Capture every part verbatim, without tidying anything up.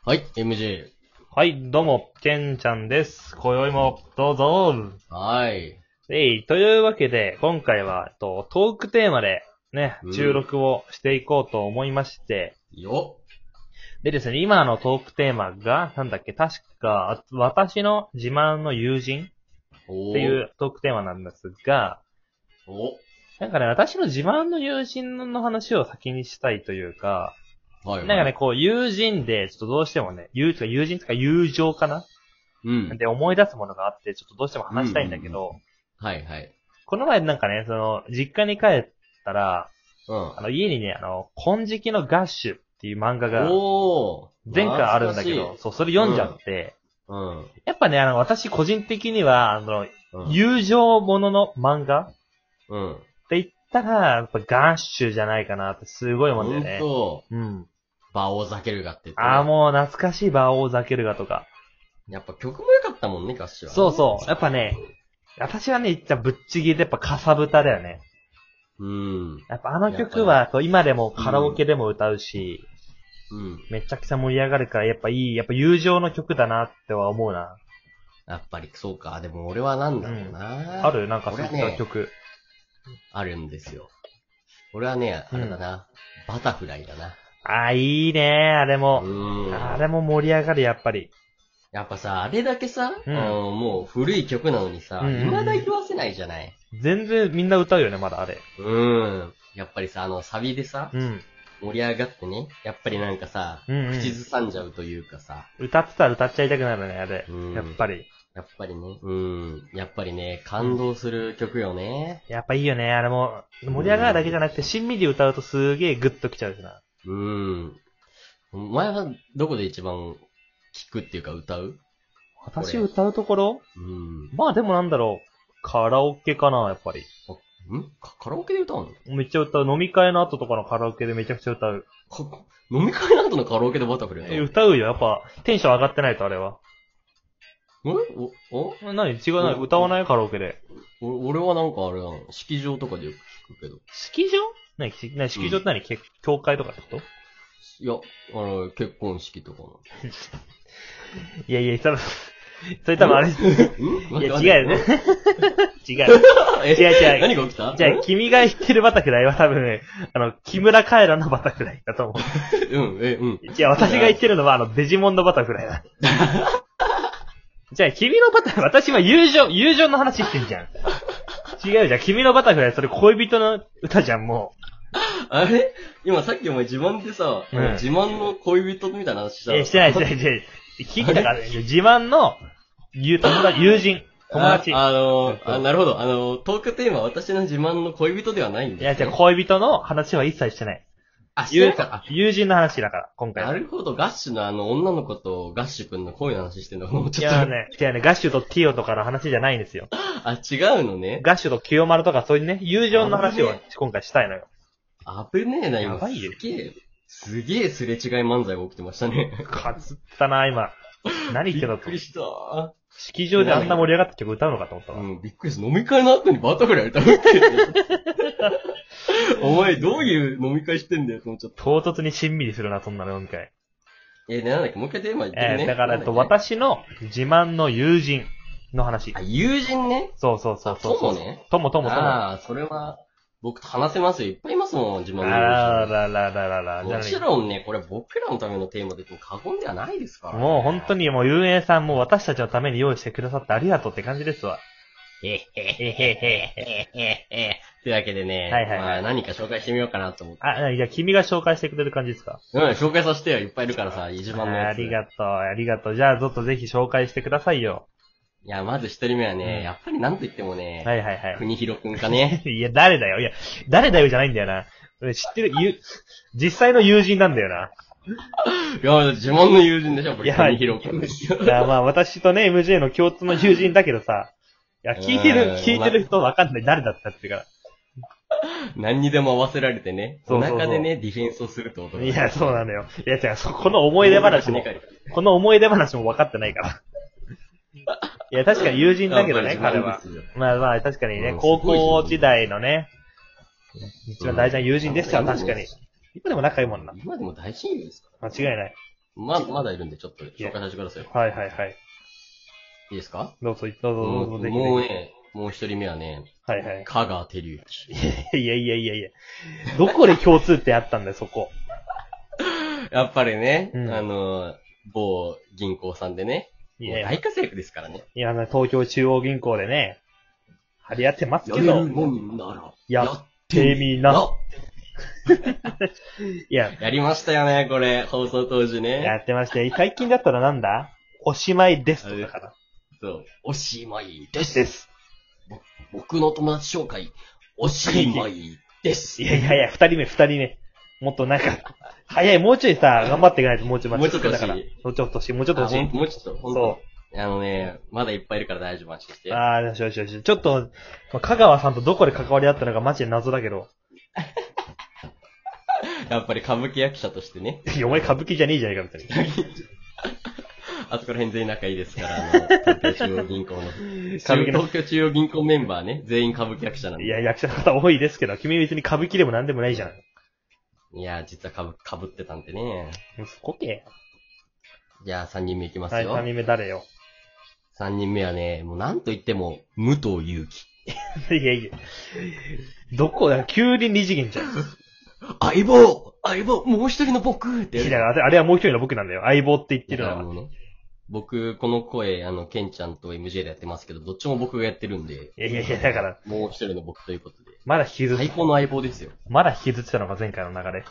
はい、エムジェー。 はい、どうも、ケンちゃんです。今宵もどうぞ。 はい。 えい、というわけで、今回は、とトークテーマで、ね、 うん収録をしていこうと思いまして、 よでですね、今のトークテーマが、なんだっけ、確か、私の自慢の友人っ。おー。 っていうトークテーマなんですが、 おなんかね、私の自慢の友人の話を先にしたいというか、 はいはい。 なんかね、こう、友人で、ちょっとどうしてもね、友とか友人とか友情かなうん。 で思い出すものがあって、ちょっとどうしても話したいんだけど、 うんうんうんはいはい。 この前なんかね、その、実家に帰ったら、 うん。 あの、家にね、あの、金色のガッシュっていう漫画が、 おー。 前回あるんだけど、 懐かしい。 そう、それ読んじゃって、 うん。うん。 やっぱね、あの、私個人的には、あの、 うん。 友情ものの漫画っうん。 て言ったら、やっぱガッシュじゃないかなってすごい思うんだよほんね。 と、 うん。 場を避けるがって言ってね。 ああ、もう懐かしいバオーザケルガとか。 やっぱ曲も良かったもんね、ガッシュは、ね。 そうそう。やっぱね、私はね、言っちゃぶっちぎりでやっぱかさぶただよね。 うん。 やっぱあの曲は、そう今でもカラオケでも歌うし、 うん。 めちゃくちゃ盛り上がるから、やっぱいい、やっぱ友情の曲だなっては思うな。 やっぱりそうか。でも俺はなんだろうな。 あるなんかそういったね、 曲。 あるんですよ。俺はね、あれだな。バタフライだな。 あー、いいねあれも。 うん。 あれも盛り上がる、やっぱり。 やっぱさ、あれだけさ、 うんあのもう古い曲なのにさ、 うんうんうん未だ言わせないじゃない。 全然みんな歌うよね、まだあれ。 うん。やっぱりさ、あの、サビでさ、 うん。 盛り上がってね、やっぱりなんかさ、 うんうん口ずさんじゃうというかさ、 歌ってたら歌っちゃいたくなるね、あれう。んやっぱり。 やっぱりね、うん。やっぱりね、感動する曲よね。 やっぱいいよね、あれも。盛り上がるだけじゃなくて、しんみり歌うとすげえグッときちゃうしな。 うん。お前はどこで一番聴くっていうか歌う？ 私歌うところうん。 まあでもなんだろう。カラオケかな、やっぱり。 んカカラオケで歌うの？ めっちゃ歌う。飲み会の後とかのカラオケでめちゃくちゃ歌う。 か飲み会の後のカラオケでバタフライえ、 歌う歌うよ。やっぱ、テンション上がってないとあれは。 の？えおお何違うない歌わないカラオケで。 お俺はなんかあれなの、式場とかでよく聞くけど。 式場何し何式場って何、け教会とかってこといや、あの、結婚式とかの。 いやいや、多分、それ多分あれ、いんや違うよね。違う。 え違う違う何が起きたじゃあ、君が言ってるバタフライは多分、あの、木村カエラのバタフライだと思う。 うん、え、うん。 違う、私が言ってるのはあの、デジモンのバタフライだ。じゃあ、君のバタフライ、私は友情、友情の話してんじゃん。違うじゃん、君のバタフライ、それ恋人の歌じゃん、もあれ今さっきお前自慢でさ、 うん自慢の恋人みたいな話しう。 たの。 え、してない、してない、してない。聞いたからね、自慢の、友友達、友人、友達。 あ、あのそうあ、なるほど。あのトークテーマは私の自慢の恋人ではないんです、ね。 いや、じゃあ恋人の話は一切してない。 あ、してないか。 友人の話だから、今回は。 なるほど。ガッシュのあの女の子とガッシュ君の恋の話してんのもういちょっと。 やね、違うね、ガッシュとティオとかの話じゃないんですよ。 あ、違うのね。 ガッシュと清丸とかそういうね、友情の話を今回したいのよ。 危ねえな、今。 やばいよすげえ、すげえすれ違い漫才が起きてましたね。 かつったな、今。何言ってんだとびっく。りした。 式場であんな盛り上がった曲歌うのかと思ったわ。 うん、びっくりした。飲み会の後にバタフライ歌うって。お前、どういう飲み会してんだよ、と思っちゃった。 唐突にしんみりするな、そんなの、今回。 えー、でなんだっけ、もう一回テーマ言ってるね。 えー、だから、えっと、 なんだっけ私の自慢の友人の話あ、。友人ね。 そうそうそうそう。 友ね。 友友友。あああ、それは、僕と話せますよ。いっぱいいますもん、自慢の友ら人。 ららららら。 もちろんね、これ僕らのためのテーマでも過言ではないですから、ね。 もう本当にもう、ゆうえいさんも私たちのために用意してくださってありがとうって感じですわ。 へへへへへへへ。というわけでね、 はいはいはいまあ何か紹介してみようかなと思って。 あ、じゃあ君が紹介してくれる感じですか？ うん、紹介させてよ。いっぱいいるからさ、一番のやつ。 ありがとう、ありがとう。じゃあ、ちょっとぜひ紹介してくださいよ。 いや、まず一人目はね、 うんやっぱりなんと言ってもね、 はいはいはい。 国広くんかね。 いや、誰だよ。いや、誰だよじゃないんだよな。俺知ってる、ゆ、実際の友人なんだよな。 いや、自慢の友人でしょ、これ。 いや国広くんですよ。 いや、まあ私とね、エムジェー の共通の友人だけどさ、いや、聞いてうんる、聞いてる人わかんない。誰だったっていうか何にでも合わせられてね、 そうそうそうお腹でね、ディフェンスをするってことら。いや、そうなのよ。いや、違う、そこの思い出話も、この思い出話も分かってないから。いや、確かに友人だけどね、彼は。まあまあ、確かにね、 うん高校時代のね、一番大事な友人でしたよ、 うん確かに。今でも仲いいもんな。 今でも大親友ですか間違いない。 ま、まだいるんで、ちょっと紹介させてください。 はいはいはい。 いいですか？ どうぞ、どうぞ、どうぞ、 もうぜひ。 もうね、もう一人目はね、 はいはい。 香川照之。 いやいやいやいや。どこで共通点あったんだよ、そこ。 やっぱりね、 うんあの、某銀行さんでね、 いやいや大活躍ですからね。 いや、東京中央銀行でね、張り合ってますけど、 やめるもんなら、 やってみな。いや、 やりましたよね、これ、放送当時ね。 やってまして、最近だったらなんだおしまいですとかだから。 そう。おしまいです。 です。 僕の友達紹介、おしまいです。 いやいやいや、二人目、二人目。もっとなんか、早い、もうちょいさ、頑張っていかないと、もうちょいもうちょっと欲しいだから。もうちょっと欲しい、もうちょっと欲しい。 もうちょっと、ほんと。あのね、まだいっぱいいるから大丈夫、安心して。 ああ、よしよしよし。ちょっと、まあ香川さんとどこで関わり合ったのかマジで謎だけど。 やっぱり歌舞伎役者としてね。 いや、お前歌舞伎じゃねえじゃねえか、みたいな。 あそこら辺全員仲いいですから、あの、東京中央銀行の。 歌舞伎の東京中央銀行メンバーね、全員歌舞伎役者なんで。 いや、役者の方多いですけど、君別に歌舞伎でもなんでもないじゃん。 いや、実はかぶ、かぶってたんでね。 もうそこけ。 じゃあさんにんめいきますはい、 よ。 三人目誰よ。 さんにんめはね、もうなんと言っても、武藤祐樹。 いやいや。どこだ急に二次元じゃん。 相棒相棒もう一人の僕ってやる。 いや、あれあれはもう一人の僕なんだよ。相棒って言ってるのは。 だからもうね、僕、この声、あの、ケンちゃんと エムジェー でやってますけど、どっちも僕がやってるんで。 いやいやいや、だから、 もう一人の僕ということで。 まだ引きずって最高の相棒ですよ。 まだ引きずってたのが前回の流れ。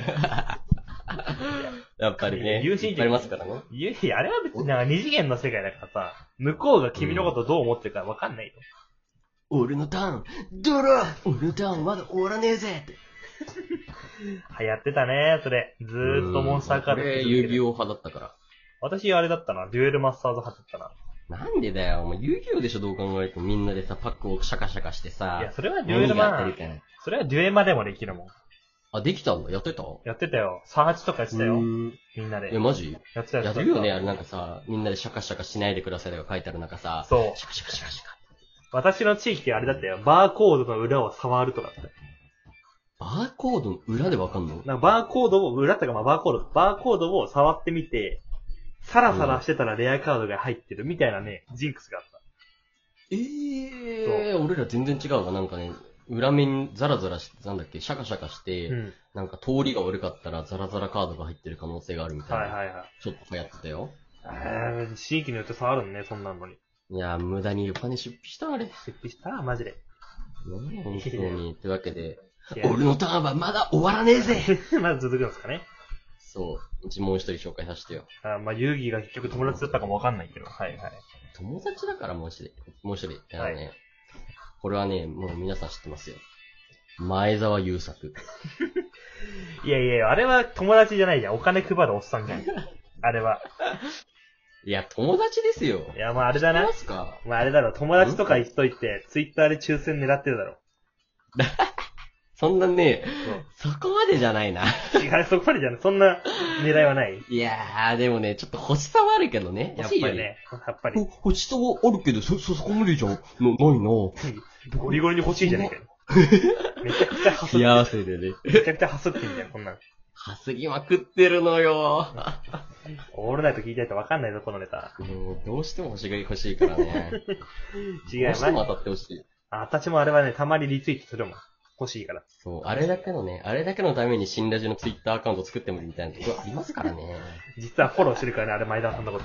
やっぱりね、 友人いっぱいありますからね。 いやいや、あれは別になんか二次元の世界だからさ、向こうが君のことどう思ってるかわかんないよ。 俺のターン、ドラ俺のターンまだ終わらねえぜって。 流行ってたね、それ。ずーっとモンスターカード俺、遊戯王派だったから。 私あれだったな、デュエルマスターズ派だったな。 なんでだよ、お前遊戯王でしょ、どう考えてもみんなでさ、パックをシャカシャカしてさ。 いや、それはデュエルマ何が当たるかそれはデュエマでもできるもん。 あ、できたんだ、やってたやってたよ。さんはちとかやってたよ。 うーんみんなでえ、。マジやってたやってるよね、あれなんかさ、みんなでシャカシャカしないでくださいとか書いてある中さ、 そう。 シャカシャカシャカシャカ。 私の地域はあれだったよ。バーコードの裏を触るとかだったよ。 バーコードの裏でわかんの？ なんかバーコードを、裏ってかまあバーコード、バーコードを触ってみて、サラサラしてたらレアカードが入ってるみたいなね、ジンクスがあった。 ええー、俺ら全然違うわ。なんかね、裏面ザラザラして、なんだっけ、シャカシャカして、 うん。 なんか通りが悪かったらザラザラカードが入ってる可能性があるみたいな。 はいはいはい。 ちょっと流行ってたよ。 えー、地域によって触るのね、そんなのに。 いやー、無駄にお金出費したあれ。 出費したマジで。 ね本当に。というわけで、 いや俺のターンはまだ終わらねえぜまだ続くんですかね。 そう。うちもう一人紹介させてよ。 あまあ、遊戯が結局友達だったかもわかんないけど。はいはい。 友達だからもう一人。もう一人。あのね、 はいこれはね、もう皆さん知ってますよ。前澤友作。 いやいや、あれは友達じゃないじゃん。お金配るおっさんじゃん。あれは。 いや、友達ですよ。 いや、まああれだな知ってま。すか？ まああれだろ。友達とか言っといて、ツイッターで抽選狙ってるだろ。 そんなね、そこまでじゃないな。 違う、そこまでじゃない。そんな狙いはない。 いやー、でもね、ちょっと欲しさはあるけどね。やっぱり。 欲しいよね。やっぱり。 ほ欲しさはあるけど、そ、そ、そこまでじゃん。な、ないな。 ゴリゴリに欲しいじゃねえかよ。めちゃくちゃハスってる。 幸せでね。 めちゃくちゃハスってんじゃん、こんなん。 はすぎまくってるのよ。 オールナイト聞いたいとわかんないぞ、このネタ。 もう、どうしても欲しが欲しいからね。 違う、 どうしてもマジ当たってほしい。 あ、私もあれはね、たまにリツイートするもん。欲しいから。 そう、あれだけのね、あれだけのために新ラジのツイッターアカウント作ってもいいみたいなところありますからね。 実はフォローしてるからね、あれ前田さんのこと。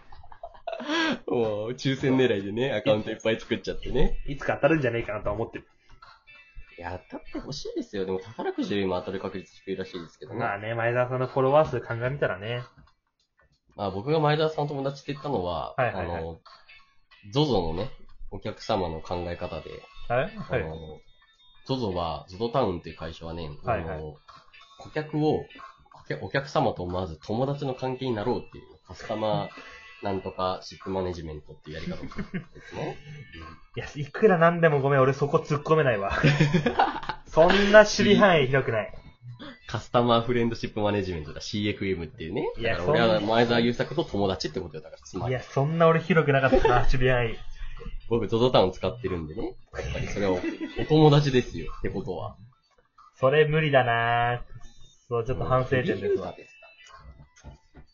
もう、抽選狙いでね、アカウントいっぱい作っちゃってね。 いつか当たるんじゃねえかなとは思ってる。 いや、当たってほしいですよ。でも宝くじよりも当たる確率低いらしいですけどね。 まあね、前田さんのフォロワー数鑑みたらね。 まあ僕が前田さんの友達って言ったのは、 はいはいはいあの、ゾゾ のね、お客様の考え方で、 はいはい。 あの、ゾゾ は、ゾゾタウンっていう会社はね、 はいはいあの、顧客を、顧客お客様とまず友達の関係になろうっていう、カスタマーなんとかシップマネジメントっていうやり方ですね。 いや、いくらなんでもごめん、俺そこ突っ込めないわ。そんな守備範囲広くない。 カスタマーフレンドシップマネジメントだ、シーエフエム っていうね。 いやだから俺は前澤友作と友達ってことだから、つまり。 いや、そんな俺広くなかったな、守備範囲。 僕、ゾゾタウン使ってるんでね。やっぱりそれはお友達ですよ、ってことは。 それ無理だなそう、ちょっと反省点ですわ。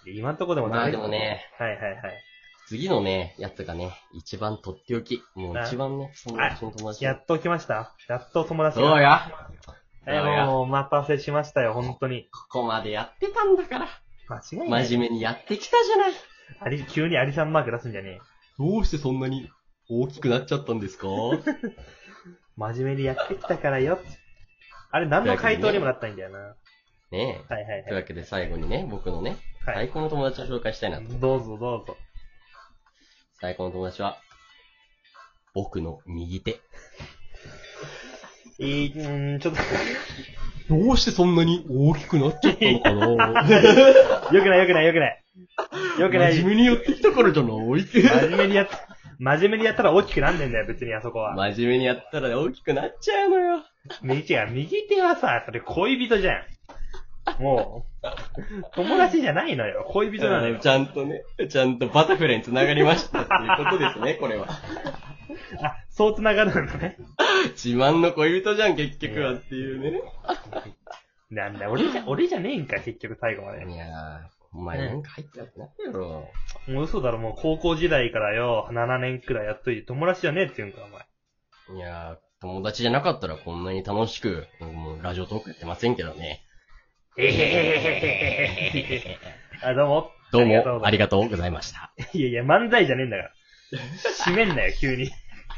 今んとこでもまあでもね、 はいはいはい。 次のね、やつがね、一番とっておき。もう一番ね、友達の友達。 やっと来ましたやっと友達が。 そうや。 えー、もう、お待たせしましたよ、本当に。 ここまでやってたんだから。 間違いない。 真面目にやってきたじゃない。 あり、急にアリさんマーク出すんじゃねえ。 どうしてそんなに大きくなっちゃったんですか？ 真面目にやってきたからよ。あれ、何の回答にもなったんだよな。 ねえ。 はいはいはい。 というわけで最後にね、僕のね、 はい、 最高の友達を紹介したいなと。 どうぞどうぞ。 最高の友達は、僕の右手。 えー、うーん、ちょっと。 どうしてそんなに大きくなっちゃったのかな？ よくないよくないよくない。よくない。 真面目にやってきたからじゃない？ 真面目にやっ、真面目にやったら大きくなんねんだよ、別にあそこは。 真面目にやったら大きくなっちゃうのよ。 右手は、右手はさ、それ恋人じゃん。もう、友達じゃないのよ。恋人なのよ。 ちゃんとね、ちゃんとバタフライに繋がりましたっていうことですね、これは。 あ、そう繋がるんだね。 自慢の恋人じゃん、結局はっていうね。 なんだ、俺じゃ、俺じゃねえんか、結局最後まで。 いやー、お前なんか入ってなくないやろ。 もう嘘だろ、もう高校時代からよ、ななねんくらいやっといて友達じゃねえって言うんか、お前。 いやー、友達じゃなかったらこんなに楽しく、もうラジオトークやってませんけどね。 えへへへへ。あ、どうも。 どうも、ありがとうございました。 いやいや、漫才じゃねえんだから。閉めんなよ、急に。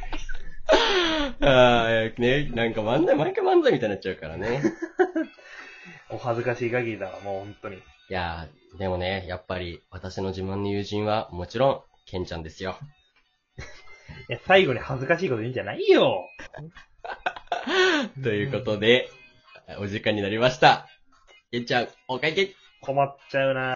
あー、ね、なんか漫才、毎回漫才みたいになっちゃうからね。 お恥ずかしい限りだわ、もう本当に。 いやー、でもね、やっぱり私の自慢の友人はもちろん、ケンちゃんですよ。 いや、最後に恥ずかしいこと言うんじゃないよ。 ということで、お時間になりました。ケンちゃん、お会計。 困っちゃうな。